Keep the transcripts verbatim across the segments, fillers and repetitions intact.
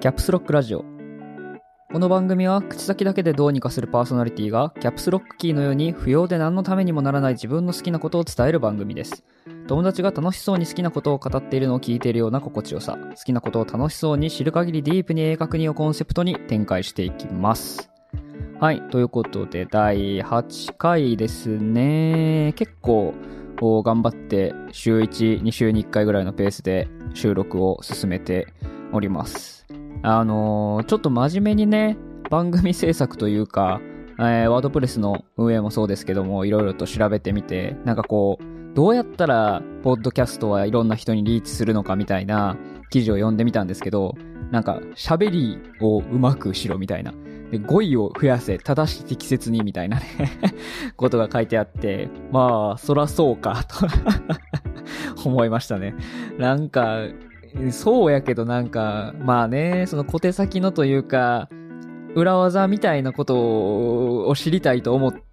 キャップスロックラジオ。この番組は口先だけでどうにかするパーソナリティがキャップスロックキーのように不要で何のためにもならない自分の好きなことを伝える番組です。友達が楽しそうに好きなことを語っているのを聞いているような心地よさ、好きなことを楽しそうに知る限りディープに鋭角にをコンセプトに展開していきます。はい、ということでだいはちかいですね。結構頑張って週いち、に週にいっかいぐらいのペースで収録を進めております。あのー、ちょっと真面目にね、番組制作というか、えー、ワードプレスの運営もそうですけども、いろいろと調べてみて、なんかこう、どうやったら、ポッドキャストはいろんな人にリーチするのかみたいな記事を読んでみたんですけど、なんか、喋りをうまくしろみたいな。で、語彙を増やせ、正し適切にみたいなね、ことが書いてあって、まあ、そらそうか、と思いましたね。なんか、そうやけどなんか、まあね、その小手先のというか、裏技みたいなことを知りたいと思って、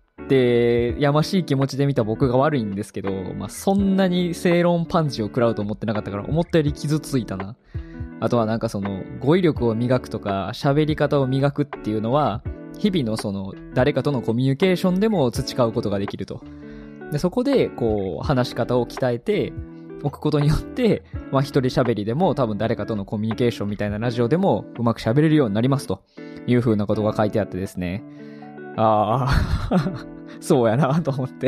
やましい気持ちで見た僕が悪いんですけど、まあそんなに正論パンチを食らうと思ってなかったから、思ったより傷ついたな。あとはなんかその、語彙力を磨くとか、喋り方を磨くっていうのは、日々のその、誰かとのコミュニケーションでも培うことができると。で、そこで、こう、話し方を鍛えて、置くことによって、まあ一人喋りでも多分誰かとのコミュニケーションみたいなラジオでもうまく喋れるようになりますという風なことが書いてあってですね。ああ、そうやなと思って。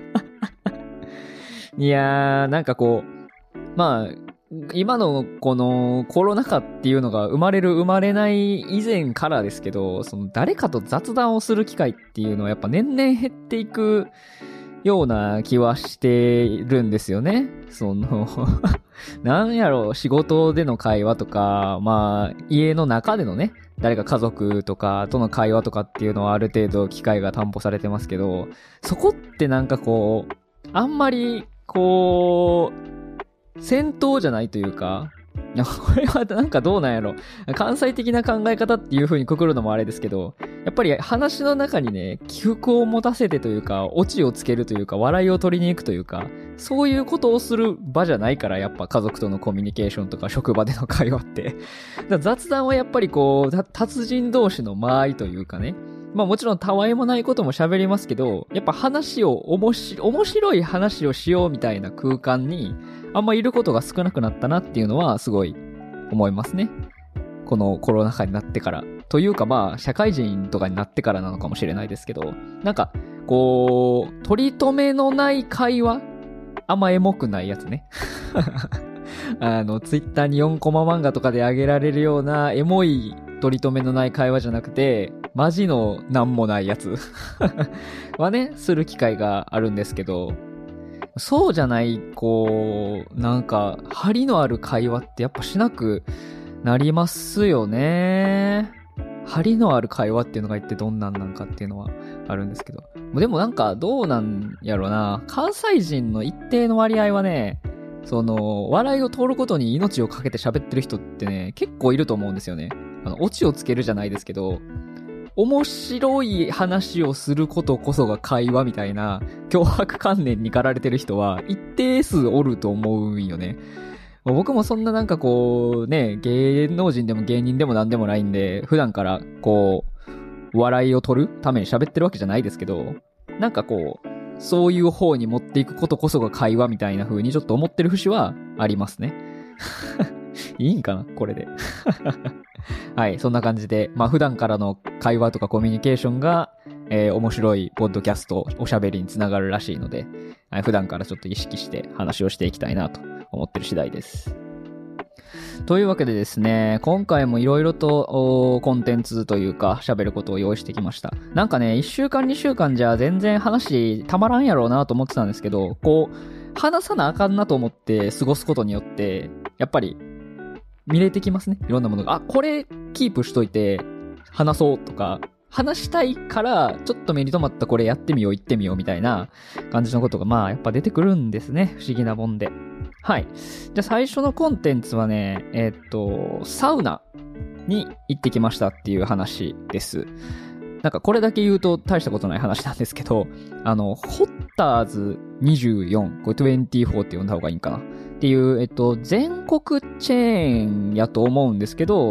いやー、なんかこう、まあ、今のこのコロナ禍っていうのが生まれる生まれない以前からですけど、その誰かと雑談をする機会っていうのはやっぱ年々減っていくような気はしてるんですよね。その、なんやろう、仕事での会話とか、まあ、家の中でのね、誰か家族とかとの会話とかっていうのはある程度機会が担保されてますけど、そこってなんかこう、あんまり、こう、戦闘じゃないというか、いや、これはなんかどうなんやろ。関西的な考え方っていう風にくくるのもあれですけど、やっぱり話の中にね、起伏を持たせてというか、オチをつけるというか、笑いを取りに行くというか、そういうことをする場じゃないから、やっぱ家族とのコミュニケーションとか職場での会話って。だから雑談はやっぱりこう、達人同士の間合いというかね、まあもちろんたわいもないことも喋りますけど、やっぱ話をおもし、面白い話をしようみたいな空間に、あんまいることが少なくなったなっていうのはすごい思いますね。このコロナ禍になってから。というかまあ、社会人とかになってからなのかもしれないですけど、なんか、こう、取り留めのない会話、あんまエモくないやつね。あの、ツイッターによんコマ漫画とかで上げられるようなエモい取り留めのない会話じゃなくて、マジのなんもないやつはね、する機会があるんですけど、そうじゃない、こう、なんか、張りのある会話ってやっぱしなくなりますよね。張りのある会話っていうのが一体どんなんなんかっていうのはあるんですけど。でもなんか、どうなんやろな。関西人の一定の割合はね、その、笑いを通ることに命をかけて喋ってる人ってね、結構いると思うんですよね。あの、オチをつけるじゃないですけど、面白い話をすることこそが会話みたいな脅迫観念に駆られてる人は一定数おると思うんよね。僕もそんななんかこうね、芸能人でも芸人でもなんでもないんで、普段からこう、笑いを取るために喋ってるわけじゃないですけど、なんかこう、そういう方に持っていくことこそが会話みたいな風にちょっと思ってる節はありますね。いいんかなこれで。はい、そんな感じで、まあ普段からの会話とかコミュニケーションが、えー、面白いポッドキャスト、おしゃべりにつながるらしいので、はい、普段からちょっと意識して話をしていきたいなと思ってる次第です。というわけでですね、今回もいろいろとコンテンツというか喋ることを用意してきました。なんかね、いっしゅうかんにしゅうかんじゃ全然話たまらんやろうなと思ってたんですけど、こう、話さなあかんなと思って過ごすことによって、やっぱり見れてきますね。いろんなものが。あ、これキープしといて話そうとか、話したいからちょっと目に留まったこれやってみよう言ってみようみたいな感じのことがまあやっぱ出てくるんですね。不思議なもんで。はい。じゃあ最初のコンテンツはね、えー、っと、サウナに行ってきましたっていう話です。なんかこれだけ言うと大したことない話なんですけど、あの、ホッターズにじゅうよん、これにじゅうよんって呼んだ方がいいんかなっていう、えっと、全国チェーンやと思うんですけど、あ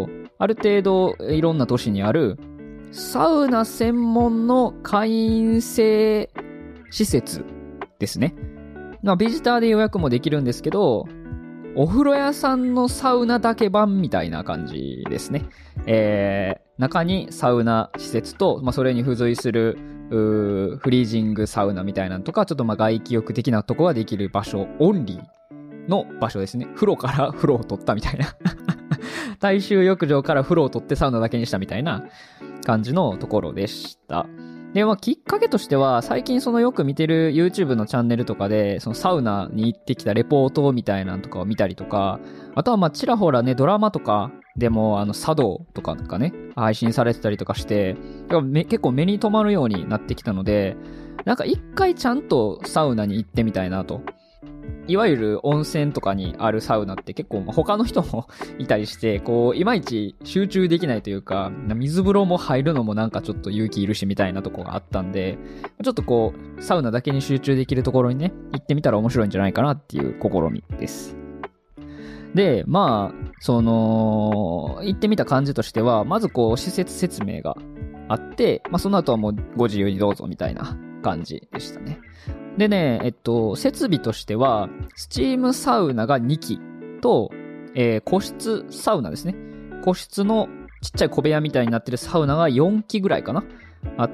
ある程度いろんな都市にあるサウナ専門の会員制施設ですね。まあ、ビジターで予約もできるんですけど、お風呂屋さんのサウナだけ版みたいな感じですね。えー、中にサウナ施設と、まあ、それに付随するフリージングサウナみたいなのとか、ちょっとまあ外気浴的なとこができる場所オンリーの場所ですね。風呂から風呂を取ったみたいな。大衆浴場から風呂を取ってサウナだけにしたみたいな感じのところでした。で、まあ、きっかけとしては、最近そのよく見てる YouTube のチャンネルとかで、そのサウナに行ってきたレポートみたいなのとかを見たりとか、あとはまあ、ちらほらね、ドラマとかでも、あの、茶道とかがね、配信されてたりとかして、結構目に留まるようになってきたので、なんか一回ちゃんとサウナに行ってみたいなと。いわゆる温泉とかにあるサウナって結構他の人もいたりして、こう、いまいち集中できないというか、水風呂も入るのもなんかちょっと勇気いるしみたいなとこがあったんで、ちょっとこう、サウナだけに集中できるところにね、行ってみたら面白いんじゃないかなっていう試みです。で、まあ、その、行ってみた感じとしては、まずこう、施設説明があって、まあその後はもうご自由にどうぞみたいな感じでしたね。でね、えっと、設備としては、スチームサウナがにきと、えー、個室サウナですね。個室のちっちゃい小部屋みたいになってるサウナがよんきぐらいかなあって、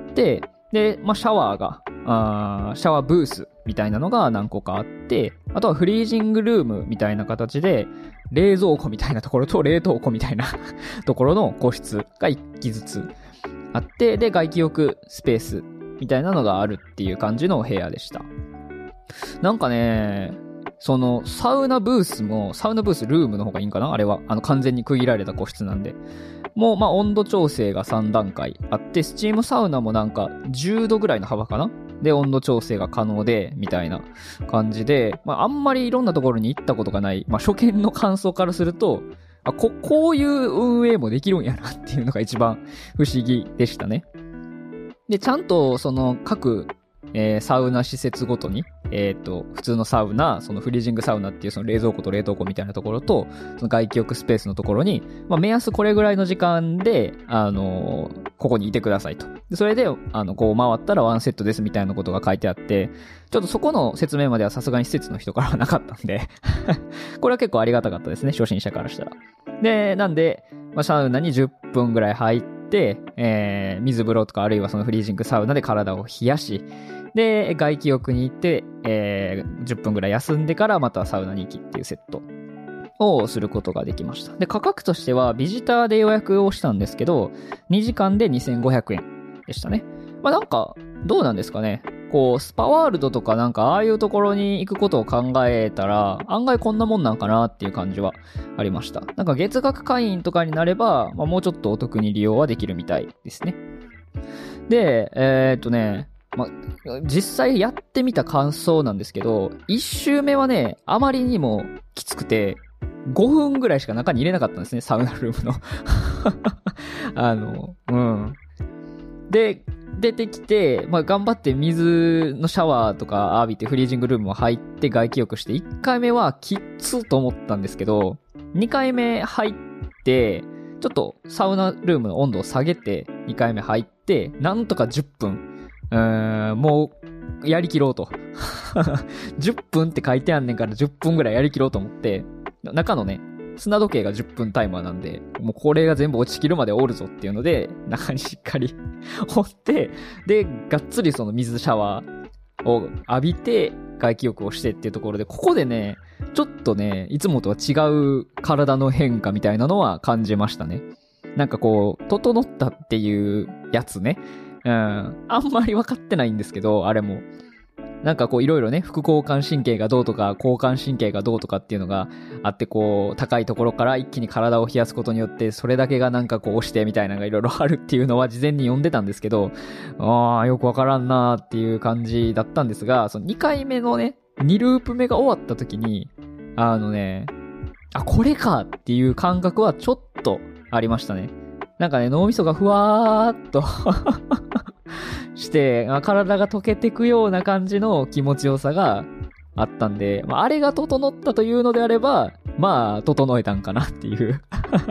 で、まあ、シャワーが、あーシャワーブースみたいなのが何個かあって、あとはフリージングルームみたいな形で、冷蔵庫みたいなところと冷凍庫みたいなところの個室がいっきずつあって、で、外気浴スペースみたいなのがあるっていう感じの部屋でした。なんかね、そのサウナブースも、サウナブースルームの方がいいんかなあれは。あの完全に区切られた個室なんで。もうまあ温度調整がさんだんかいあって、スチームサウナもなんかじゅうどぐらいの幅かなで温度調整が可能で、みたいな感じで、まああんまりいろんなところに行ったことがない、まあ初見の感想からすると、あ、こ、こういう運営もできるんやなっていうのが一番不思議でしたね。で、ちゃんと、その、各、えー、サウナ施設ごとに、えっと、普通のサウナ、そのフリージングサウナっていうその冷蔵庫と冷凍庫みたいなところと、その外気浴スペースのところに、まあ、目安これぐらいの時間で、あのー、ここにいてくださいと。で、それで、あの、こう回ったらワンセットですみたいなことが書いてあって、ちょっとそこの説明まではさすがに施設の人からはなかったんで、これは結構ありがたかったですね、初心者からしたら。で、なんで、まあ、サウナにじゅっぷんぐらい入って、で、えー、水風呂とかあるいはそのフリージングサウナで体を冷やし、で、外気浴に行って、えー、じゅっぷんぐらい休んでからまたサウナに行きっていうセットをすることができました。で、価格としてはビジターで予約をしたんですけど、にじかんでにせんごひゃくえんでしたね。まあなんか、どうなんですかね。こう、スパワールドとかなんかああいうところに行くことを考えたら、案外こんなもんなんかなっていう感じはありました。なんか月額会員とかになれば、まあ、もうちょっとお得に利用はできるみたいですね。で、えー、っとね、まあ、実際やってみた感想なんですけど、いち周目はね、あまりにもきつくて、ごふんぐらいしか中に入れなかったんですね、サウナルームの。あの、うん。で、出てきて、まあ、頑張って水のシャワーとか浴びてフリージングルームも入って外気浴して、いっかいめはきつと思ったんですけど、にかいめ入って、ちょっとサウナルームの温度を下げて、にかいめ入って、なんとかじゅっぷん、うーん、もう、やりきろうと。じゅっぷんって書いてあんねんからじゅっぷんぐらいやりきろうと思って、中のね、砂時計がじゅっぷんタイマーなんで、もうこれが全部落ちきるまでおるぞっていうので、中にしっかり掘って、で、がっつりその水シャワーを浴びて、外気浴をしてっていうところで、ここでね、ちょっとね、いつもとは違う体の変化みたいなのは感じましたね。なんかこう、整ったっていうやつね。うん。あんまり分かってないんですけど、あれも。なんかこういろいろね、副交感神経がどうとか、交感神経がどうとかっていうのがあって、こう、高いところから一気に体を冷やすことによって、それだけがなんかこう押してみたいなのがいろいろあるっていうのは事前に読んでたんですけど、あー、よくわからんなーっていう感じだったんですが、そのにかいめのね、にループ目が終わった時に、あのね、あ、これかっていう感覚はちょっとありましたね。なんかね、脳みそがふわーっとして、体が溶けてくような感じの気持ちよさがあったんで、まあ、あれが整ったというのであれば、まあ、整えたんかなっていう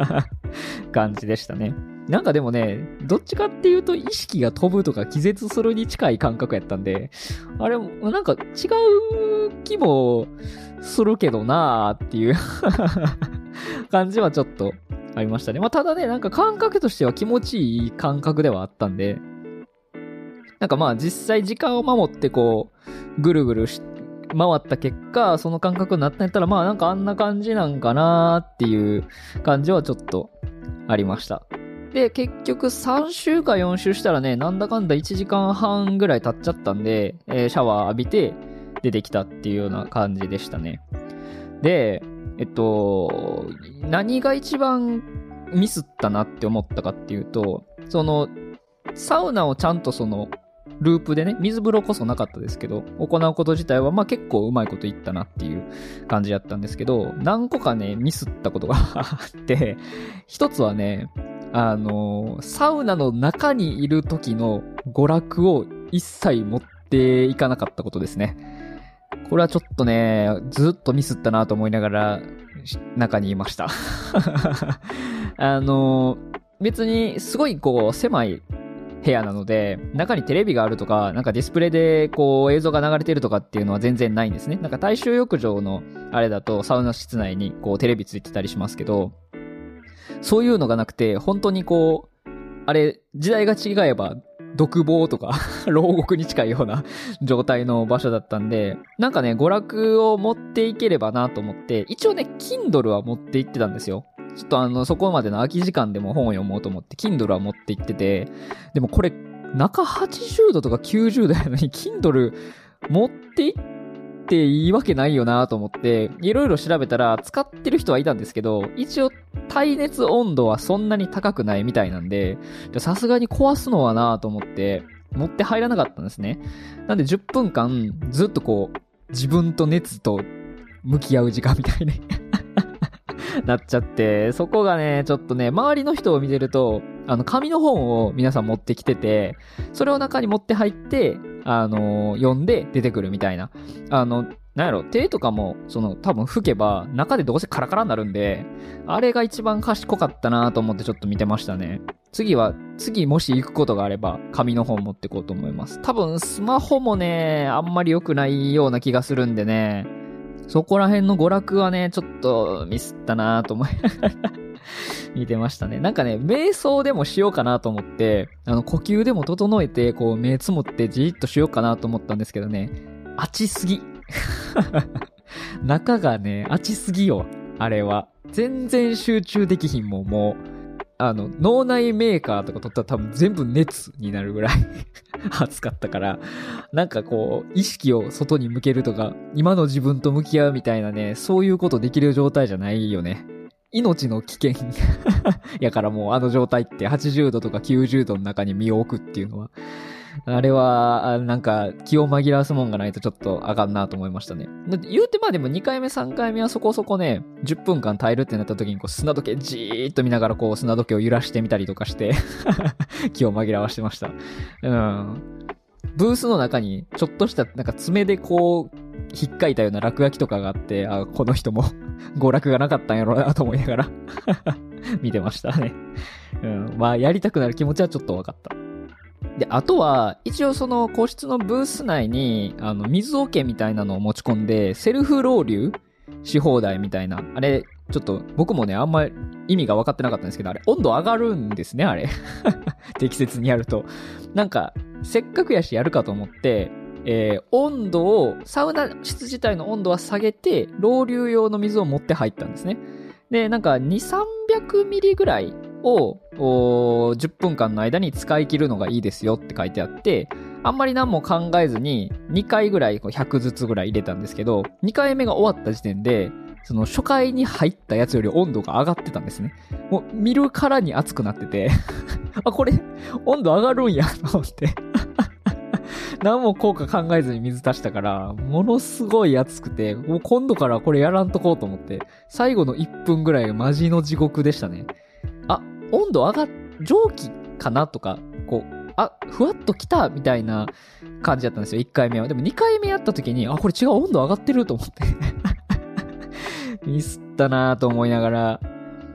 感じでしたね。なんかでもね、どっちかっていうと意識が飛ぶとか気絶するに近い感覚やったんで、あれ、なんか違う気もするけどなーっていう感じはちょっとありましたね。まあただね、なんか感覚としては気持ちいい感覚ではあったんで、なんかまあ実際時間を守ってこう、ぐるぐるし回った結果、その感覚になったんやったら、まあなんかあんな感じなんかなーっていう感じはちょっとありました。で、結局さん週かよん週したらね、なんだかんだいちじかんはんぐらい経っちゃったんで、えー、シャワー浴びて出てきたっていうような感じでしたね。で、えっと、何が一番ミスったなって思ったかっていうと、その、サウナをちゃんとその、ループでね、水風呂こそなかったですけど、行うこと自体はまあ結構うまいこと言ったなっていう感じだったんですけど、何個かね、ミスったことがあって、一つはね、あの、サウナの中にいる時の娯楽を一切持っていかなかったことですね。これはちょっとね、ずっとミスったなと思いながら、中にいました。あの、別にすごいこう、狭い部屋なので、中にテレビがあるとか、なんかディスプレイでこう映像が流れてるとかっていうのは全然ないんですね。なんか大衆浴場のあれだとサウナ室内にこうテレビついてたりしますけど、そういうのがなくて、本当にこう、あれ、時代が違えば、独房とか、牢獄に近いような状態の場所だったんで、なんかね、娯楽を持っていければなと思って、一応ね、Kindle は持って行ってたんですよ。ちょっとあの、そこまでの空き時間でも本を読もうと思って、Kindle は持って行ってて、でもこれ、中はちじゅうどとかきゅうじゅうどやのに、Kindle 持って行っていいわけないよなと思って、いろいろ調べたら、使ってる人はいたんですけど、一応、耐熱温度はそんなに高くないみたいなんで、さすがに壊すのはなと思って、持って入らなかったんですね。なんでじゅっぷんかん、ずっとこう、自分と熱と向き合う時間みたいになっちゃって、そこがね、ちょっとね、周りの人を見てると、あの、紙の本を皆さん持ってきてて、それを中に持って入って、あのー、読んで出てくるみたいな。あの、なんやろ、手とかも、その、多分吹けば、中でどうせカラカラになるんで、あれが一番賢かったなと思ってちょっと見てましたね。次は、次もし行くことがあれば、紙の本持ってこうと思います。多分、スマホもね、あんまり良くないような気がするんでね、そこら辺の娯楽はね、ちょっとミスったなと思いながら見てましたね。なんかね、瞑想でもしようかなと思って、あの、呼吸でも整えて、こう、目つむってじーっとしようかなと思ったんですけどね、熱すぎ。中がね、熱すぎよ。あれは。全然集中できひんもん、もう。あの、脳内メーカーとか取ったら多分全部熱になるぐらい熱かったから、なんかこう、意識を外に向けるとか、今の自分と向き合うみたいなね、そういうことできる状態じゃないよね。命の危険やからもうあの状態ってはちじゅうどとかきゅうじゅうどの中に身を置くっていうのは、あれは、なんか、気を紛らわすもんがないとちょっとあかんなと思いましたね。言うてまあでもにかいめさんかいめはそこそこね、じゅっぷんかん耐えるってなった時にこう砂時計じーっと見ながらこう砂時計を揺らしてみたりとかして気を紛らわしてました。うん。ブースの中にちょっとしたなんか爪でこう、引っかいたような落書きとかがあって、あ、この人も娯楽がなかったんやろうなと思いながら見てましたね。うん。まあやりたくなる気持ちはちょっと分かった。で、あとは、一応その個室のブース内に、あの、水桶みたいなのを持ち込んで、セルフロウリュし放題みたいな。あれ、ちょっと僕もね、あんまり意味が分かってなかったんですけど、あれ、温度上がるんですね、あれ。適切にやると。なんか、せっかくやしやるかと思って、えー、温度を、サウナ室自体の温度は下げて、ロウリュ用の水を持って入ったんですね。で、なんか、に、さんびゃくミリぐらいをじゅっぷんかんの間に使い切るのがいいですよって書いてあって、あんまり何も考えずににかいぐらいひゃくずつぐらい入れたんですけど、にかいめが終わった時点で、その初回に入ったやつより温度が上がってたんですね。もう見るからに熱くなってて、あ、これ温度上がるんやと思って。何も効果考えずに水足したから、ものすごい熱くて、もう今度からこれやらんとこうと思って、最後のいっぷんぐらいマジの地獄でしたね。あ、温度上がっ、蒸気かなとか、こう、あ、ふわっと来たみたいな感じだったんですよ、いっかいめは。でもにかいめやった時に、あ、これ違う、温度上がってると思って。ミスったなぁと思いながら、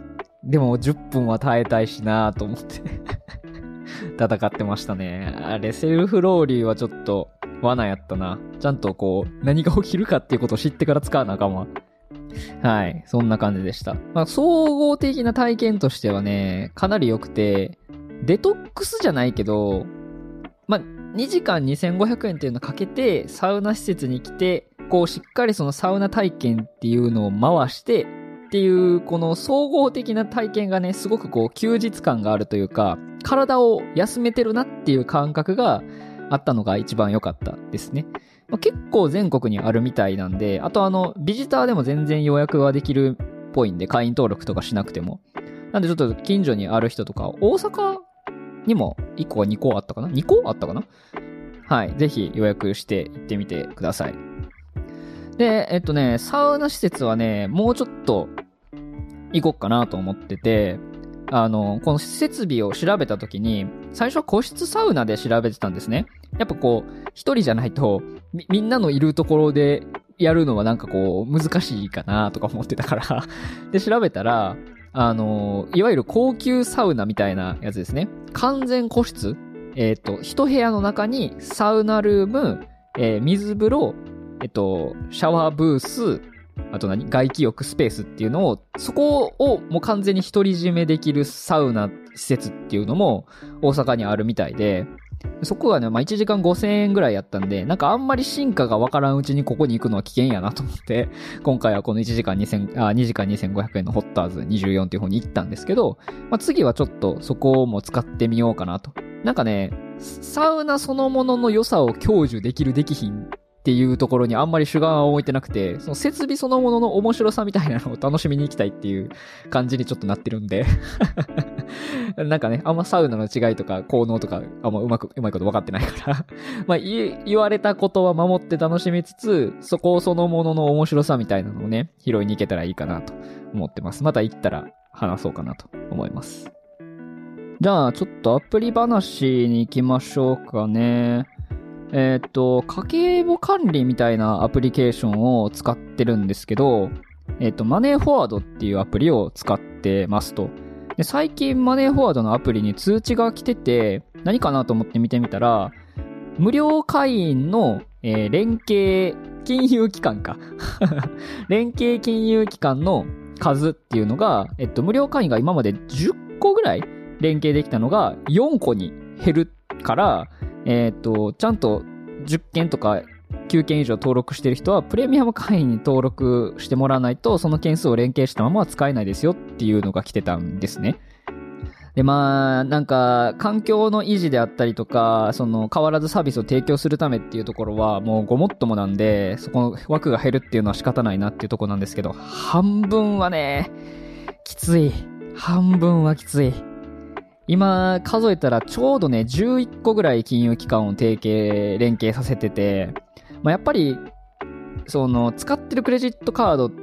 でもじゅっぷんは耐えたいしなと思って戦ってましたね。あれ、セルフローリーはちょっと罠やったな。ちゃんとこう、何が起きるかっていうことを知ってから使わなあかんわ。はい。そんな感じでした。まあ、総合的な体験としてはね、かなり良くて、デトックスじゃないけど、まあ、にじかんにせんごひゃくえんっていうのをかけて、サウナ施設に来て、こう、しっかりそのサウナ体験っていうのを回して、っていう、この総合的な体験がね、すごくこう、休日感があるというか、体を休めてるなっていう感覚があったのが一番良かったですね。まあ、結構全国にあるみたいなんで、あとあの、ビジターでも全然予約ができるっぽいんで、会員登録とかしなくても。なんでちょっと近所にある人とか、大阪にもいっこかにこあったかな ?に 個あったかな。はい。ぜひ予約して行ってみてください。で、えっとね、サウナ施設はね、もうちょっと行こっかなと思ってて、あの、この設備を調べたときに、最初は個室サウナで調べてたんですね。やっぱこう、一人じゃないと、み、みんなのいるところでやるのはなんかこう、難しいかなとか思ってたからで、調べたら、あの、いわゆる高級サウナみたいなやつですね。完全個室。えっと、一部屋の中にサウナルーム、えー、水風呂、えっと、シャワーブース、あと何外気浴スペースっていうのを、そこをもう完全に独り占めできるサウナ施設っていうのも大阪にあるみたいで、そこがね、まあ、いちじかんごせんえんぐらいやったんで、なんかあんまり進化がわからんうちにここに行くのは危険やなと思って、今回はこのいちじかんにせん、あ、にじかんにせんごひゃくえんのホッターズにじゅうよんっていう方に行ったんですけど、まあ、次はちょっとそこも使ってみようかなと。なんかね、サウナそのものの良さを享受できるできひんっていうところにあんまり主眼を置いてなくて、その設備そのものの面白さみたいなのを楽しみに行きたいっていう感じにちょっとなってるんでなんかね、あんまサウナの違いとか効能とかあんまうまく、うまいこと分かってないからまあ言、言われたことは守って楽しみつつ、そこそのものの面白さみたいなのをね、拾いに行けたらいいかなと思ってます。また行ったら話そうかなと思います。じゃあ、ちょっとアプリ話に行きましょうかね。えっと、家計簿管理みたいなアプリケーションを使ってるんですけど、えっと、マネーフォワードっていうアプリを使ってますと。で、最近マネーフォワードのアプリに通知が来てて、何かなと思って見てみたら、無料会員の、えー、連携金融機関か。連携金融機関の数っていうのが、えっと、無料会員が今までじゅっこぐらい連携できたのがよんこに減るから、えっと、ちゃんとじゅっけんとかきゅうけん以上登録してる人はプレミアム会員に登録してもらわないとその件数を連携したままは使えないですよっていうのが来てたんですね。で、まあ、なんか、環境の維持であったりとか、その、変わらずサービスを提供するためっていうところは、もうごもっともなんで、そこの枠が減るっていうのは仕方ないなっていうところなんですけど、半分はね、きつい。半分はきつい。今、数えたらちょうどね、じゅういっこぐらい金融機関を提携、連携させてて、まあ、やっぱり、その、使ってるクレジットカードって、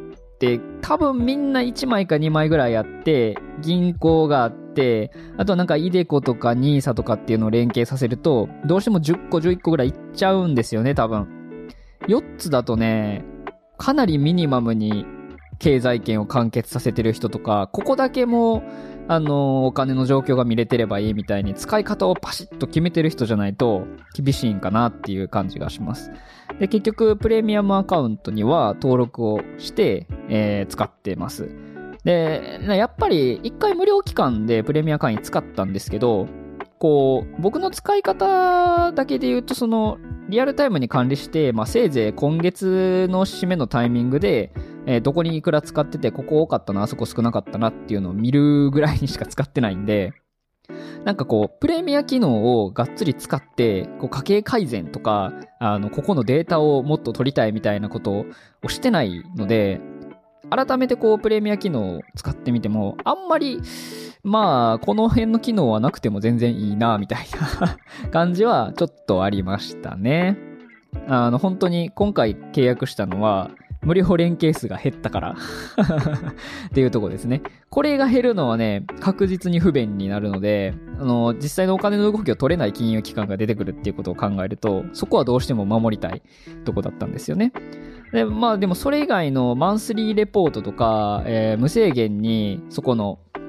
多分みんないちまいかにまいぐらいあって、銀行があって、あとはなんかイデコとかニーサとかっていうのを連携させると、どうしてもじゅっこじゅういっこぐらいいっちゃうんですよね、多分。よっつだとね、かなりミニマムに経済圏を完結させてる人とか、ここだけも、あの、お金の状況が見れてればいいみたいに、使い方をパシッと決めてる人じゃないと、厳しいんかなっていう感じがします。で、結局、プレミアムアカウントには登録をして、えー、使ってます。で、やっぱり、一回無料期間でプレミア会員使ったんですけど、こう、僕の使い方だけで言うと、その、リアルタイムに管理して、まあ、せいぜい今月の締めのタイミングで、えー、どこにいくら使ってて、ここ多かったな、あそこ少なかったなっていうのを見るぐらいにしか使ってないんで、なんかこう、プレミア機能をがっつり使って、こう、家計改善とか、あの、ここのデータをもっと取りたいみたいなことをしてないので、改めてこう、プレミア機能を使ってみても、あんまり、まあ、この辺の機能はなくても全然いいな、みたいな感じはちょっとありましたね。あの、本当に今回契約したのは、無料連携数が減ったからっていうところですね。これが減るのはね、確実に不便になるので、あの、実際のお金の動きを取れない金融機関が出てくるっていうことを考えると、そこはどうしても守りたいとこだったんですよね。で、まあでもそれ以外のマンスリーレポートとか、えー、無制限にそこの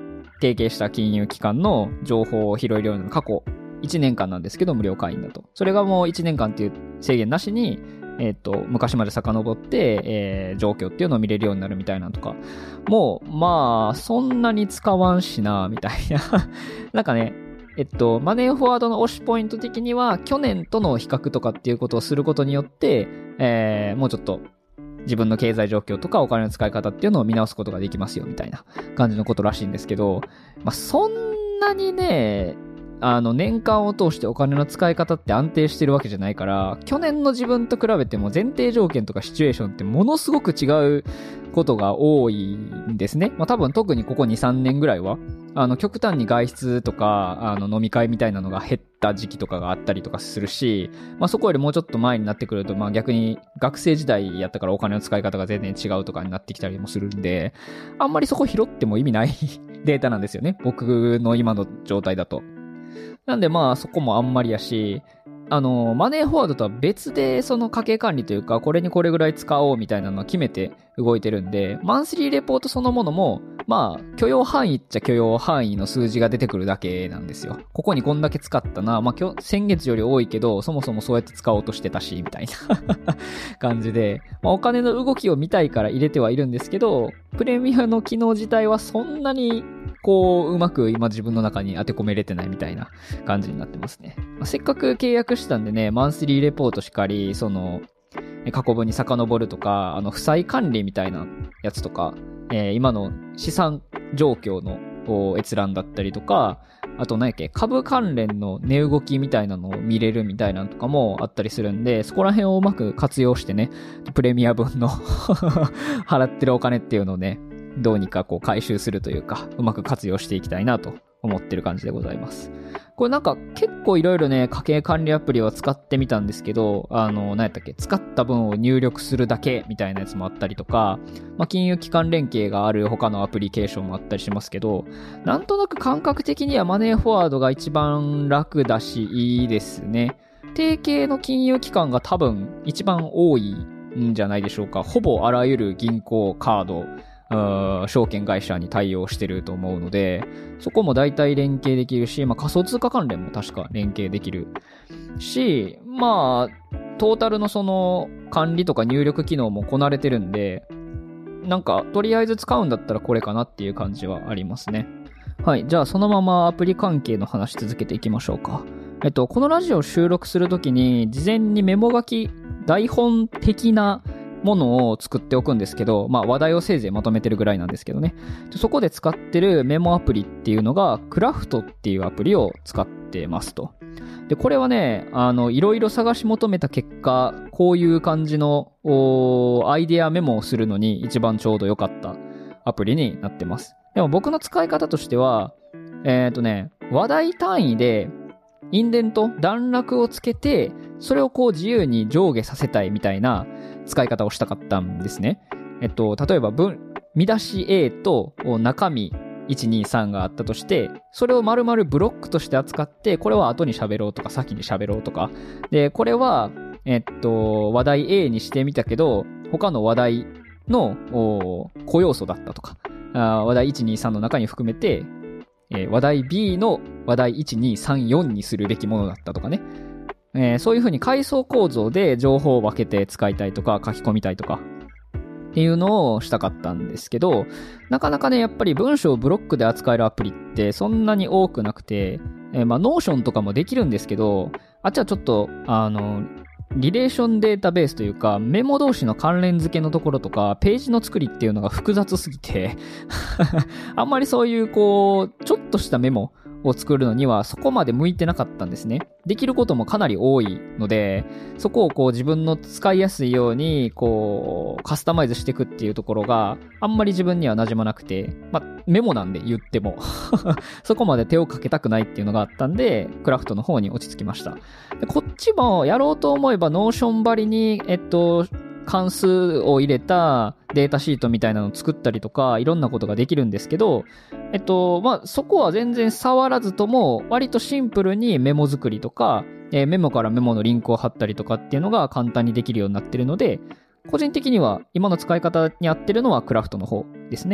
提携した金融機関の情報を拾えるような過去いちねんかんなんですけど、無料会員だと。それがもういちねんかんっていう制限なしに、えっと、昔まで遡って、えー、状況っていうのを見れるようになるみたいなとか。もう、まあ、そんなに使わんしな、みたいな。なんかね、えっと、マネーフォワードの推しポイント的には、去年との比較とかっていうことをすることによって、えー、もうちょっと、自分の経済状況とかお金の使い方っていうのを見直すことができますよ、みたいな感じのことらしいんですけど、まあ、そんなにね、あの、年間を通してお金の使い方って安定してるわけじゃないから、去年の自分と比べても前提条件とかシチュエーションってものすごく違うことが多いんですね。まあ、多分特にここに、さんねんぐらいは、あの、極端に外出とか、あの、飲み会みたいなのが減った時期とかがあったりとかするし、まあ、そこよりもうちょっと前になってくると、まあ、逆に学生時代やったからお金の使い方が全然違うとかになってきたりもするんで、あんまりそこ拾っても意味ないデータなんですよね。僕の今の状態だと。なんでまあそこもあんまりやし、あの、マネーフォワードとは別でその家計管理というか、これにこれぐらい使おうみたいなのを決めて動いてるんで、マンスリーレポートそのものも、まあ、許容範囲っちゃ許容範囲の数字が出てくるだけなんですよ。ここにこんだけ使ったな、まあ今日、先月より多いけど、そもそもそうやって使おうとしてたし、みたいな感じで、まあ、お金の動きを見たいから入れてはいるんですけど、プレミアの機能自体はそんなに、こう、うまく今自分の中に当て込めれてないみたいな感じになってますね。まあ、せっかく契約したんでね、マンスリーレポートしかり、その、過去分に遡るとか、あの、負債管理みたいなやつとか、えー、今の資産状況の閲覧だったりとか、あと何やっけ、株関連の値動きみたいなのを見れるみたいなのとかもあったりするんで、そこら辺をうまく活用してね、プレミア分の払ってるお金っていうのをね、どうにかこう回収するというか、うまく活用していきたいなと思ってる感じでございます。これなんか結構いろいろね、家計管理アプリは使ってみたんですけど、あの、何やったっけ、使った分を入力するだけみたいなやつもあったりとか、まあ、金融機関連携がある他のアプリケーションもあったりしますけど、なんとなく感覚的にはマネーフォワードが一番楽だし、いいですね。提携の金融機関が多分一番多いんじゃないでしょうか。ほぼあらゆる銀行、カード、証券会社に対応してると思うので、そこも大体連携できるし、まあ、仮想通貨関連も確か連携できるし、まあ、トータルのその管理とか入力機能もこなれてるんで、なんか、とりあえず使うんだったらこれかなっていう感じはありますね。はい。じゃあ、そのままアプリ関係の話続けていきましょうか。えっと、このラジオを収録するときに、事前にメモ書き、台本的なものを作っておくんですけど、まあ話題をせいぜいまとめてるぐらいなんですけどね。そこで使ってるメモアプリっていうのが、クラフトっていうアプリを使ってますと。で、これはね、あの、いろいろ探し求めた結果、こういう感じの、アイデアメモをするのに一番ちょうど良かったアプリになってます。でも僕の使い方としては、えっとね、話題単位で、インデント、段落をつけて、それをこう自由に上下させたいみたいな使い方をしたかったんですね。えっと、例えば文、見出し A と中身いち、に、さんがあったとして、それを丸々ブロックとして扱って、これは後に喋ろうとか先に喋ろうとか。で、これは、えっと、話題 A にしてみたけど、他の話題の小要素だったとか、あ話題いち、に、さんの中に含めて、えー、話題 B の話題いち、に、さん、よんにするべきものだったとかね。えー、そういう風に階層構造で情報を分けて使いたいとか書き込みたいとかっていうのをしたかったんですけど、なかなかね、やっぱり文章をブロックで扱えるアプリってそんなに多くなくて、えー、まあ、ノーションとかもできるんですけど、あっちはちょっと、あの、リレーションデータベースというか、メモ同士の関連付けのところとか、ページの作りっていうのが複雑すぎて、あんまりそういうこう、ちょっとしたメモを作るのにはそこまで向いてなかったんですね。できることもかなり多いので、そこをこう自分の使いやすいようにこうカスタマイズしていくっていうところがあんまり自分には馴染まなくて、まあメモなんで言ってもそこまで手をかけたくないっていうのがあったんで、クラフトの方に落ち着きました。でこっちもやろうと思えばノーションばりにえっと関数を入れたデータシートみたいなのを作ったりとか、いろんなことができるんですけど、えっと、まあ、そこは全然触らずとも、割とシンプルにメモ作りとか、えー、メモからメモのリンクを貼ったりとかっていうのが簡単にできるようになってるので、個人的には今の使い方に合ってるのはクラフトの方ですね。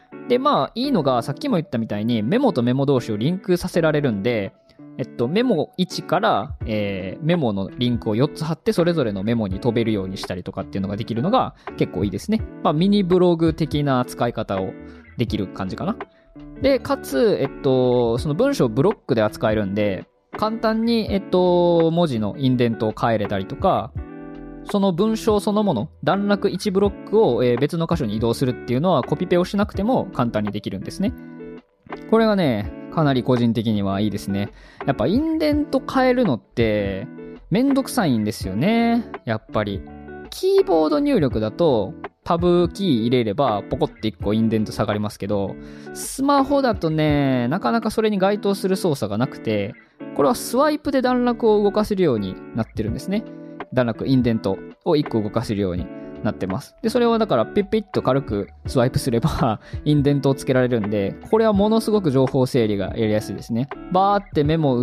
で、まあ、いいのが、さっきも言ったみたいに、メモとメモ同士をリンクさせられるんで、えっと、メモいちから、えー、メモのリンクをよっつ貼って、それぞれのメモに飛べるようにしたりとかっていうのができるのが結構いいですね。まあ、ミニブログ的な使い方をできる感じかな。で、かつ、えっと、その文章をブロックで扱えるんで、簡単に、えっと、文字のインデントを変えれたりとか、その文章そのもの、段落いちブロックを、えー、別の箇所に移動するっていうのはコピペをしなくても簡単にできるんですね。これがね、かなり個人的にはいいですね。やっぱインデント変えるのってめんどくさいんですよね。やっぱり。キーボード入力だとタブキー入れればポコっていっこインデント下がりますけど、スマホだとね、なかなかそれに該当する操作がなくて、これはスワイプで段落を動かせるようになってるんですね。段落、インデントをいっこ動かせるようになってます。で、それはだからピッピッと軽くスワイプすればインデントをつけられるんで、これはものすごく情報整理がやりやすいですね。バーってメモを打って、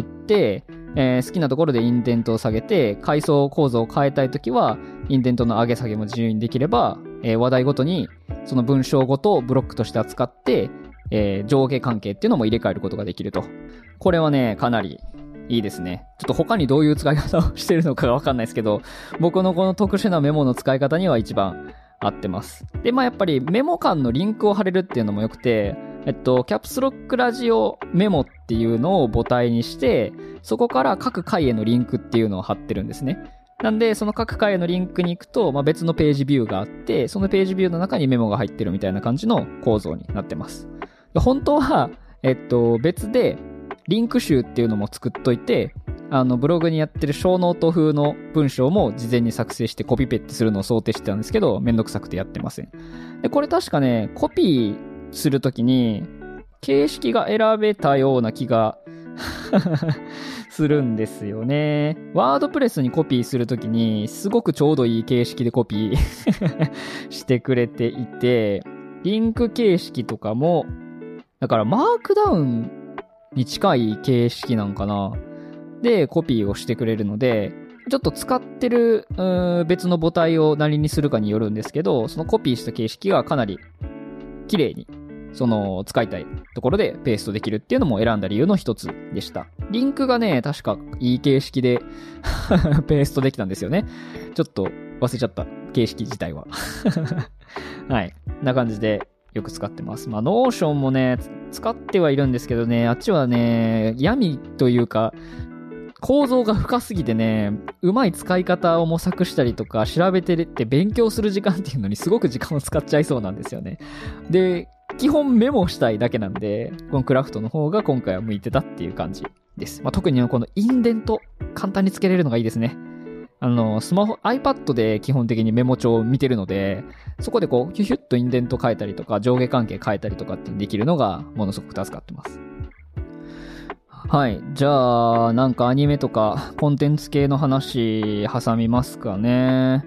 えー、好きなところでインデントを下げて、階層構造を変えたいときは、インデントの上げ下げも自由にできれば、えー、話題ごとにその文章ごとブロックとして扱って、えー、上下関係っていうのも入れ替えることができると。これはね、かなりいいですね。ちょっと他にどういう使い方をしてるのかがわかんないですけど、僕のこの特殊なメモの使い方には一番合ってます。で、まあやっぱりメモ間のリンクを貼れるっていうのも良くて、えっと、キャプスロックラジオメモっていうのを母体にして、そこから各回へのリンクっていうのを貼ってるんですね。なんで、その各回へのリンクに行くと、まあ、別のページビューがあって、そのページビューの中にメモが入ってるみたいな感じの構造になってます。本当は、えっと、別で、リンク集っていうのも作っといて、あの、ブログにやってる小ノート風の文章も事前に作成してコピペってするのを想定してたんですけど、めんどくさくてやってません。で、これ確かね、コピーするときに、形式が選べたような気がするんですよね。ワードプレスにコピーするときに、すごくちょうどいい形式でコピーしてくれていて、リンク形式とかも、だからマークダウンに近い形式なんかな。で、コピーをしてくれるので、ちょっと使ってる別の母体を何にするかによるんですけど、そのコピーした形式がかなり綺麗に、その使いたいところでペーストできるっていうのも選んだ理由の一つでした。リンクがね、確かいい形式でペーストできたんですよね。ちょっと忘れちゃった。形式自体は。はい。な感じでよく使ってます。まあ、ノーションもね、使ってはいるんですけどね、あっちはね、闇というか、構造が深すぎてね、うまい使い方を模索したりとか、調べてって勉強する時間っていうのにすごく時間を使っちゃいそうなんですよね。で、基本メモしたいだけなんで、このクラフトの方が今回は向いてたっていう感じです。まあ、特にこのインデント、簡単につけれるのがいいですね。あの、スマホ、iPad で基本的にメモ帳を見てるので、そこでこう、ヒュヒュッとインデント変えたりとか、上下関係変えたりとかってできるのが、ものすごく助かってます。はい。じゃあ、なんかアニメとか、コンテンツ系の話、挟みますかね。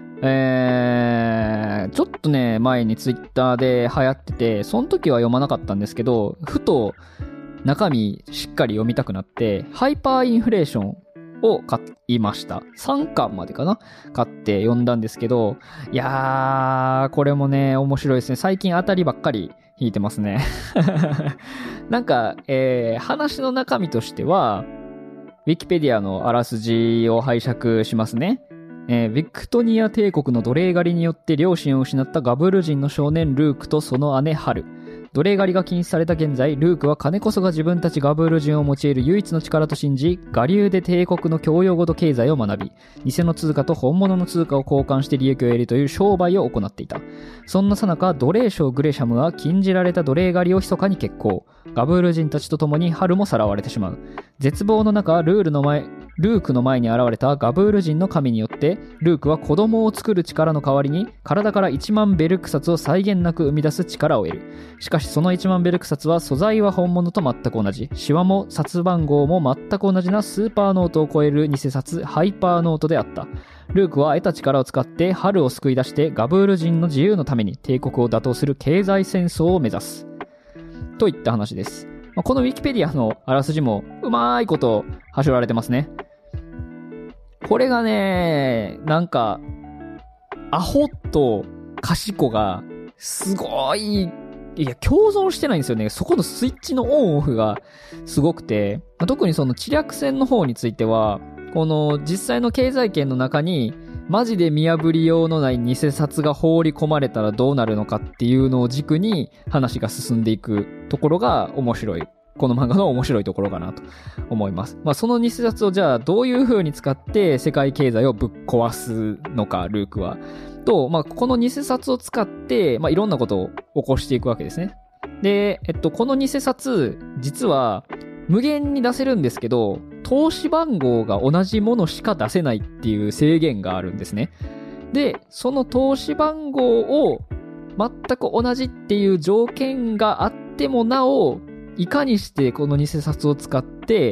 えー、ちょっとね、前にツイッターで流行ってて、その時は読まなかったんですけど、ふと中身しっかり読みたくなって、ハイパーインフレーションを買いました。さんかんまでかな買って読んだんですけど、いやー、これもね、面白いですね。最近当たりばっかり引いてますね。なんか、えー、話の中身としては、ウィキペディアのあらすじを拝借しますね。えー、ヴィクトニア帝国の奴隷狩りによって両親を失ったガブール人の少年ルークとその姉ハル。奴隷狩りが禁止された現在、ルークは金こそが自分たちガブール人を用いる唯一の力と信じ、我流で帝国の教養語と経済を学び、偽の通貨と本物の通貨を交換して利益を得るという商売を行っていた。そんなさなか、奴隷商グレシャムは禁じられた奴隷狩りを密かに決行。ガブール人たちと共にハルもさらわれてしまう。絶望の中、ルールの前、ルークの前に現れたガブール人の神によって、ルークは子供を作る力の代わりに、体からいちまんベルク札を際限なく生み出す力を得る。しかしそのいちまんベルク札は素材は本物と全く同じ。シワも札番号も全く同じなスーパーノートを超える偽札、ハイパーノートであった。ルークは得た力を使ってハルを救い出してガブール人の自由のために帝国を打倒する経済戦争を目指す。といった話です。このウィキペディアのあらすじもうまいことはしょられてますね。これがね、なんか、アホと賢がすごいいや、共存してないんですよね。そこのスイッチのオンオフがすごくて、特にその知略戦の方については、この実際の経済圏の中に、マジで見破りようのない偽札が放り込まれたらどうなるのかっていうのを軸に話が進んでいくところが面白い。この漫画の面白いところかなと思います。まあその偽札をじゃあどういう風に使って世界経済をぶっ壊すのか、ルークは。と、まあこの偽札を使って、まあいろんなことを起こしていくわけですね。で、えっと、この偽札、実は無限に出せるんですけど、投資番号が同じものしか出せないっていう制限があるんですね。で、その投資番号を全く同じっていう条件があってもなお、いかにしてこの偽札を使って、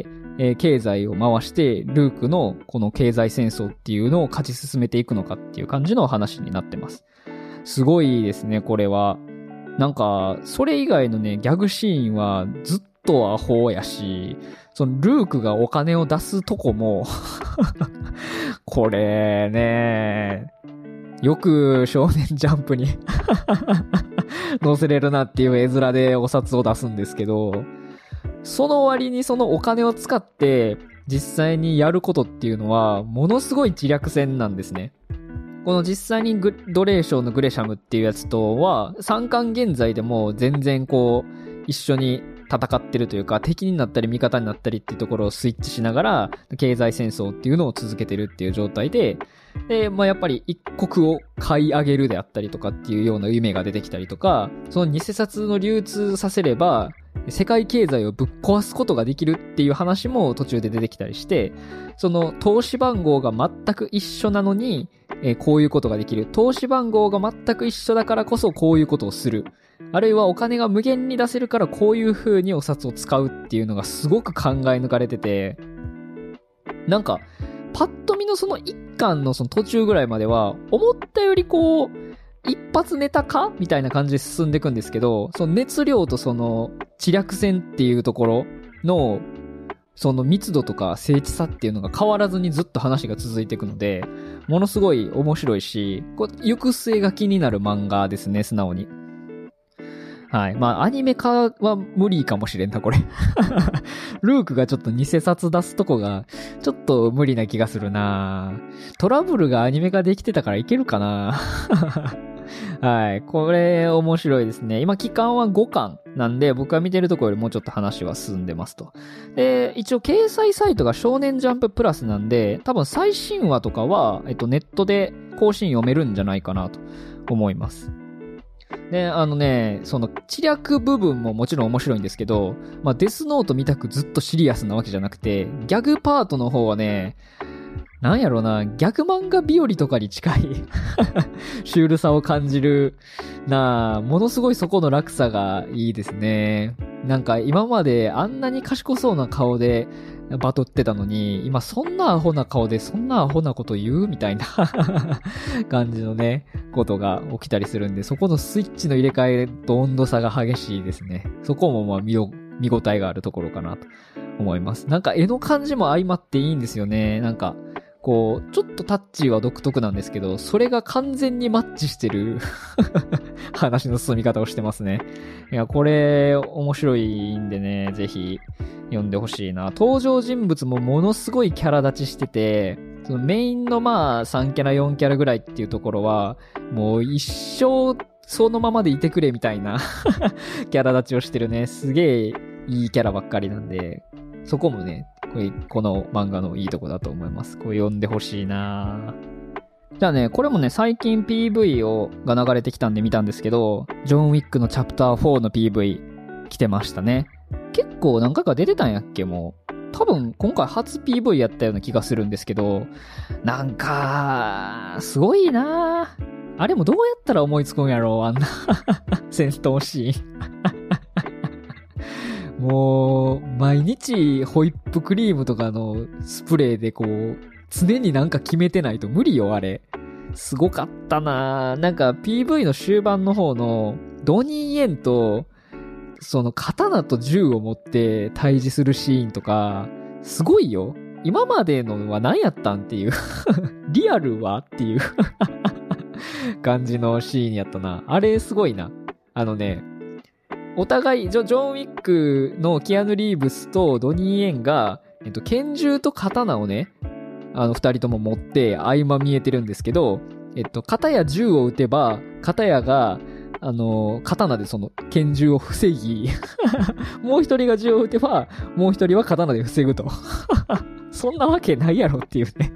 えー、経済を回して、ルークのこの経済戦争っていうのを勝ち進めていくのかっていう感じの話になってます。すごいですね、これは。なんか、それ以外のね、ギャグシーンはずっとアホやし、そのルークがお金を出すとこも、これね、よく少年ジャンプに載せれるなっていう絵面でお札を出すんですけど、その割にそのお金を使って実際にやることっていうのはものすごい知略戦なんですね。この実際にグ奴隷商のグレシャムっていうやつとはさんかん現在でも全然こう一緒に戦ってるというか、敵になったり味方になったりっていうところをスイッチしながら経済戦争っていうのを続けてるっていう状態で、で、まあ、やっぱり一国を買い上げるであったりとかっていうような夢が出てきたりとか、その偽札の流通させれば世界経済をぶっ壊すことができるっていう話も途中で出てきたりして、その投資番号が全く一緒なのに、えー、こういうことができる。投資番号が全く一緒だからこそこういうことをする。あるいはお金が無限に出せるからこういう風にお札を使うっていうのがすごく考え抜かれてて、なんかパッと見のその一巻のその途中ぐらいまでは思ったよりこう一発ネタかみたいな感じで進んでいくんですけど、その熱量とその知略戦っていうところのその密度とか精緻さっていうのが変わらずにずっと話が続いていくので、ものすごい面白いし、こう行く末が気になる漫画ですね、素直に。はい。まあ、アニメ化は無理かもしれんな、これ。ルークがちょっと偽札出すとこが、ちょっと無理な気がするな。トラブルがアニメ化できてたからいけるかな。はい。これ、面白いですね。今、期間はごかんなんで、僕が見てるところよりもうちょっと話は進んでますと。で、一応、掲載サイトが少年ジャンププラスなんで、多分最新話とかは、えっと、ネットで更新読めるんじゃないかなと思います。で、あのね、その、知略部分ももちろん面白いんですけど、まあ、デスノート見たくずっとシリアスなわけじゃなくて、ギャグパートの方はね、なんやろな、ギャグ漫画日和とかに近いシュールさを感じるなあ、ものすごいそこの落差がいいですね。なんか今まであんなに賢そうな顔でバトってたのに、今そんなアホな顔でそんなアホなこと言うみたいな感じのね、ことが起きたりするんで、そこのスイッチの入れ替えと温度差が激しいですね。そこもまあ見よ、見応えがあるところかなと思います。なんか絵の感じも相まっていいんですよね。なんか、こう、ちょっとタッチは独特なんですけど、それが完全にマッチしてる話の進み方をしてますね。いや、これ、面白いんでね、ぜひ読んでほしいな。登場人物もものすごいキャラ立ちしてて、そのメインのまあさんキャラよんキャラぐらいっていうところは、もう一生そのままでいてくれみたいなキャラ立ちをしてるね。すげえいいキャラばっかりなんで、そこもね、これ、この漫画のいいとこだと思います。これ読んでほしいな。じゃあね、これもね、最近 ピーブイ を、が流れてきたんで見たんですけど、ジョン・ウィックのチャプターフォーの ピーブイ 来てましたね。結構何回か出てたんやっけ、もう。多分今回初 ピーブイ やったような気がするんですけど、なんか、すごいな。あれもどうやったら思いつくんやろう、あんな戦闘シーン。もう、毎日ホイップクリームとかのスプレーでこう、常になんか決めてないと無理よ、あれ。すごかったなぁ。なんか ピーブイ の終盤の方のドニー・イエンと、その刀と銃を持って対峙するシーンとか、すごいよ。今までのは何やったんっていう。リアルはっていう感じのシーンやったな。あれすごいな。あのね、 お互いジョ、ジョン・ウィックのキアヌ・リーブスとドニー・イエンが、えっと、拳銃と刀をね、あの、二人とも持って合間見えてるんですけど、えっと、片や銃を撃てば、片やが、あの、刀でその拳銃を防ぎ、もう一人が銃を撃てば、もう一人は刀で防ぐと。そんなわけないやろっていうね。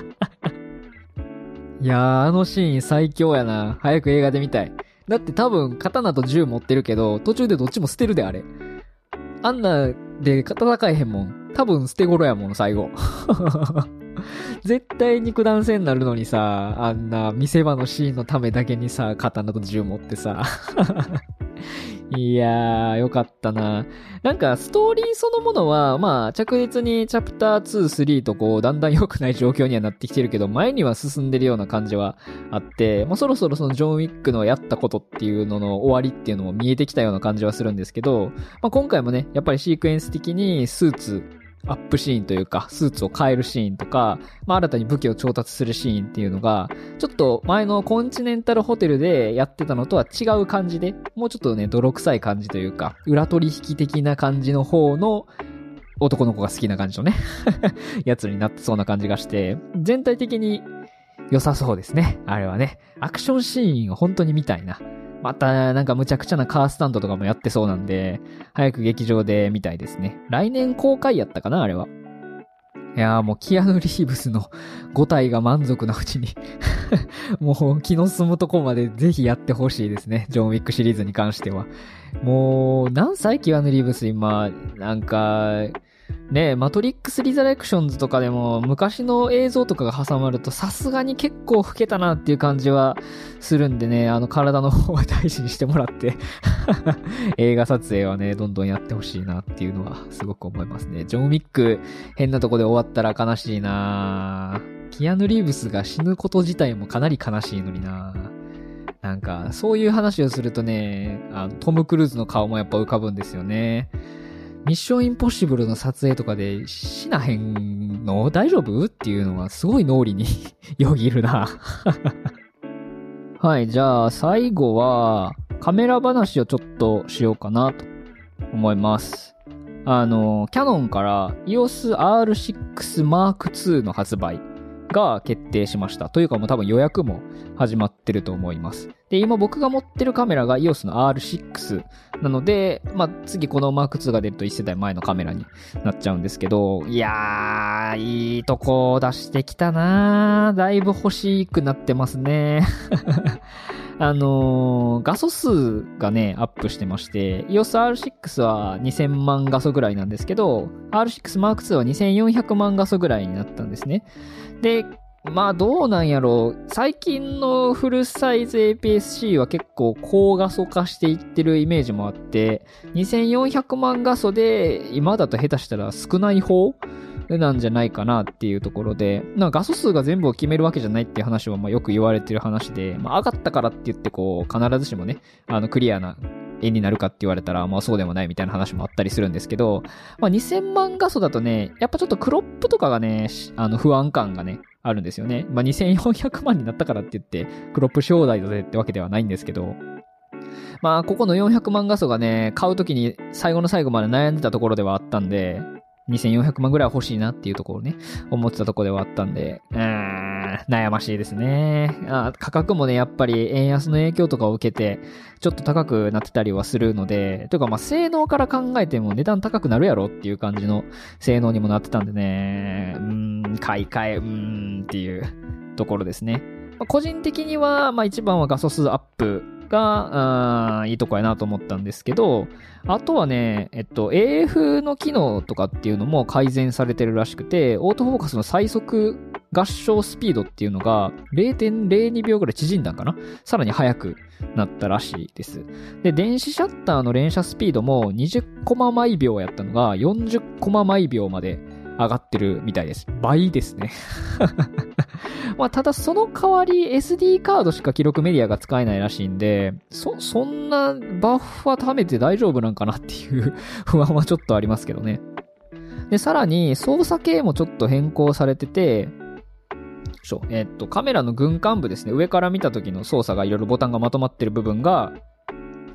いやー、あのシーン最強やな。早く映画で見たい。だって多分、刀と銃持ってるけど、途中でどっちも捨てるで、あれ。あんなで戦えへんもん。多分捨て頃やもん、最後。絶対肉弾戦になるのにさ、あんな見せ場のシーンのためだけにさ、刀と銃持ってさ。いやー、よかったな。なんか、ストーリーそのものは、まあ、着実にチャプターツー、スリーとこう、だんだん良くない状況にはなってきてるけど、前には進んでるような感じはあって、まあ、そろそろそのジョン・ウィックのやったことっていうのの終わりっていうのも見えてきたような感じはするんですけど、まあ、今回もね、やっぱりシークエンス的にスーツ、アップシーンというか、スーツを変えるシーンとか、まあ、新たに武器を調達するシーンっていうのが、ちょっと前のコンチネンタルホテルでやってたのとは違う感じで、もうちょっとね、泥臭い感じというか、裏取引的な感じの方の男の子が好きな感じのね、やつになってそうな感じがして、全体的に良さそうですね。あれはね、アクションシーンを本当に見たいな。また、なんか無茶苦茶なカースタントとかもやってそうなんで、早く劇場で見たいですね。来年公開やったかな、あれは。いやーもう、キアヌ・リーブスのご体が満足なうちに、もう気の済むとこまでぜひやってほしいですね。ジョン・ウィックシリーズに関しては。もう、何歳キアヌ・リーブス今、なんか、ねえ、マトリックス・リザレクションズとかでも昔の映像とかが挟まるとさすがに結構老けたなっていう感じはするんでね、あの体の方は大事にしてもらって映画撮影はね、どんどんやってほしいなっていうのはすごく思いますね。ジョン・ウィック変なとこで終わったら悲しいな。キアヌ・リーブスが死ぬこと自体もかなり悲しいのにな。なんかそういう話をするとね、あのトム・クルーズの顔もやっぱ浮かぶんですよね。ミッションインポッシブルの撮影とかで死なへんの大丈夫っていうのはすごい脳裏によぎるな。はい、じゃあ最後はカメラ話をちょっとしようかなと思います。あの、キヤノンから イーオーエスアールシックスマークツー の発売が決定しました。というかもう多分予約も始まってると思います。で、今僕が持ってるカメラが イーオーエス の アールシックス なので、まあ、次このマークツーが出るといち世代前のカメラになっちゃうんですけど、いやー、いいとこ出してきたなー。だいぶ欲しくなってますね。あのー、画素数がね、アップしてまして、イーオーエスアールシックス はにせんまん画素ぐらいなんですけど、アールシックスマークツー はにせんよんひゃくまん画素ぐらいになったんですね。で、まあどうなんやろう。最近のフルサイズ エーピーエスシー は結構高画素化していってるイメージもあって、にせんよんひゃくまん画素で今だと下手したら少ない方なんじゃないかなっていうところで、なんか画素数が全部を決めるわけじゃないっていう話はまあよく言われてる話で、まあ上がったからって言ってこう必ずしもね、あのクリアな絵になるかって言われたら、まあそうでもないみたいな話もあったりするんですけど、まあにせんまん画素だとね、やっぱちょっとクロップとかがね、あの不安感がね、あるんですよね。まあにせんよんひゃくまんになったからって言って、クロップし放題だぜってわけではないんですけど、まあここのよんひゃくまん画素がね、買うときに最後の最後まで悩んでたところではあったんで、にせんよんひゃくまんぐらい欲しいなっていうところね、思ってたところではあったんで、うーん、悩ましいですね。あ、価格もね、やっぱり円安の影響とかを受けて、ちょっと高くなってたりはするので、というかまあ性能から考えても値段高くなるやろっていう感じの性能にもなってたんでね、うーん、買い替え、うーんっていうところですね。まあ、個人的には、まあ一番は画素数アップが、いいとこやなと思ったんですけど、あとはね、えっと、エーエフ の機能とかっていうのも改善されてるらしくて、オートフォーカスの最速合唱スピードっていうのが れいてんれいにびょうぐらい縮んだんかな？さらに速くなったらしいです。で、電子シャッターの連写スピードもにじゅうコマ毎秒やったのがよんじゅうコマ毎秒まで上がってるみたいです。倍ですね。まあ、ただその代わり エスディー カードしか記録メディアが使えないらしいんで、そ、そんなバッファ貯めて大丈夫なんかなっていう不安はちょっとありますけどね。で、さらに操作系もちょっと変更されてて、えっと、カメラの軍艦部ですね。上から見た時の操作がいろいろボタンがまとまってる部分が、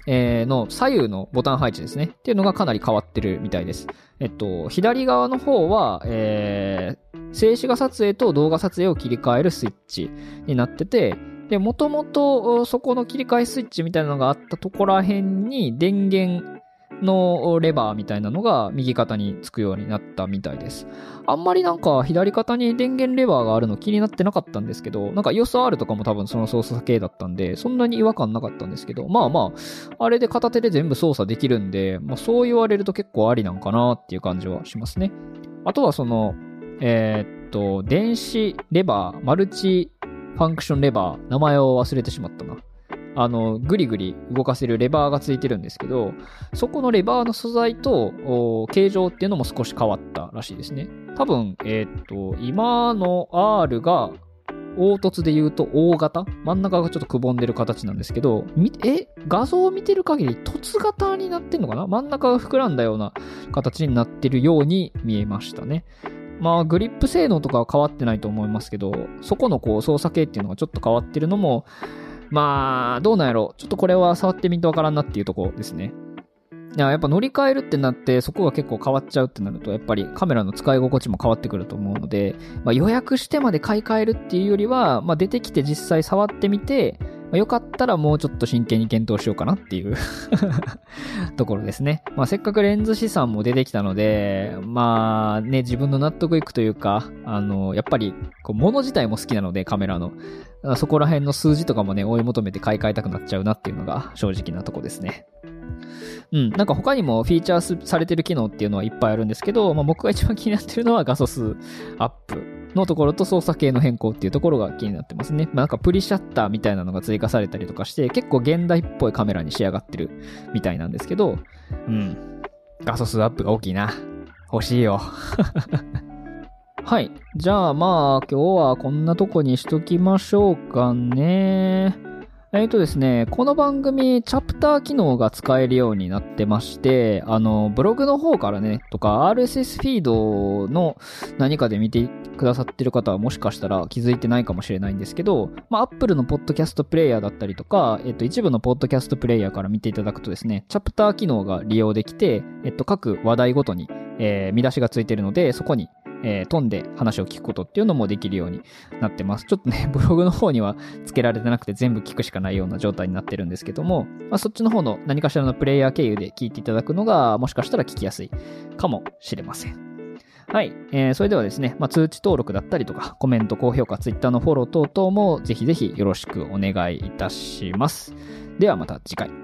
えー、の左右のボタン配置ですね。っていうのがかなり変わってるみたいです。えっと、左側の方は、えー、静止画撮影と動画撮影を切り替えるスイッチになってて、で、もともとそこの切り替えスイッチみたいなのがあったところら辺に電源のレバーみたいなのが右肩につくようになったみたいです。あんまりなんか左肩に電源レバーがあるの気になってなかったんですけど、なんか イーオーエスアール とかも多分その操作系だったんで、そんなに違和感なかったんですけど、まあまあ、あれで片手で全部操作できるんで、まあそう言われると結構ありなんかなっていう感じはしますね。あとはその、えー、っと、電子レバー、マルチファンクションレバー、名前を忘れてしまったな。あの、ぐりぐり動かせるレバーがついてるんですけど、そこのレバーの素材と形状っていうのも少し変わったらしいですね。多分、えー、っと、今の R が凹凸で言うと O 型、真ん中がちょっとくぼんでる形なんですけど、え、画像を見てる限り凸型になってんのかな？真ん中が膨らんだような形になってるように見えましたね。まあ、グリップ性能とかは変わってないと思いますけど、そこのこう操作系っていうのがちょっと変わってるのも、まあ、どうなんやろ。ちょっとこれは触ってみんとわからんなっていうところですね。いや、やっぱ乗り換えるってなって、そこが結構変わっちゃうってなると、やっぱりカメラの使い心地も変わってくると思うので、まあ、予約してまで買い替えるっていうよりは、まあ、出てきて実際触ってみて、まあ、よかったらもうちょっと真剣に検討しようかなっていうところですね。まあ、せっかくレンズ資産も出てきたので、まあね、自分の納得いくというか、あの、やっぱり、こう、物自体も好きなので、カメラの。そこら辺の数字とかもね、追い求めて買い替えたくなっちゃうなっていうのが正直なとこですね。うん。なんか他にもフィーチャーされてる機能っていうのはいっぱいあるんですけど、まあ、僕が一番気になってるのは画素数アップのところと操作系の変更っていうところが気になってますね。まあ、なんかプリシャッターみたいなのが追加されたりとかして、結構現代っぽいカメラに仕上がってるみたいなんですけど、うん。画素数アップが大きいな。欲しいよ。はい。じゃあまあ今日はこんなとこにしときましょうかね。えっとですね、この番組チャプター機能が使えるようになってまして、あのブログの方からねとか アールエスエス フィードの何かで見てくださってる方はもしかしたら気づいてないかもしれないんですけど、まあ Apple のポッドキャストプレイヤーだったりとか、えっと一部のポッドキャストプレイヤーから見ていただくとですね、チャプター機能が利用できて、えっと各話題ごとに、えー、見出しがついてるので、そこにえー、飛んで話を聞くことっていうのもできるようになってます。ちょっとね、ブログの方には付けられてなくて全部聞くしかないような状態になってるんですけども、まあ、そっちの方の何かしらのプレイヤー経由で聞いていただくのがもしかしたら聞きやすいかもしれません。はい。えー、それではですね、まあ、通知登録だったりとか、コメント、高評価、ツイッターのフォロー等々もぜひぜひよろしくお願いいたします。ではまた次回。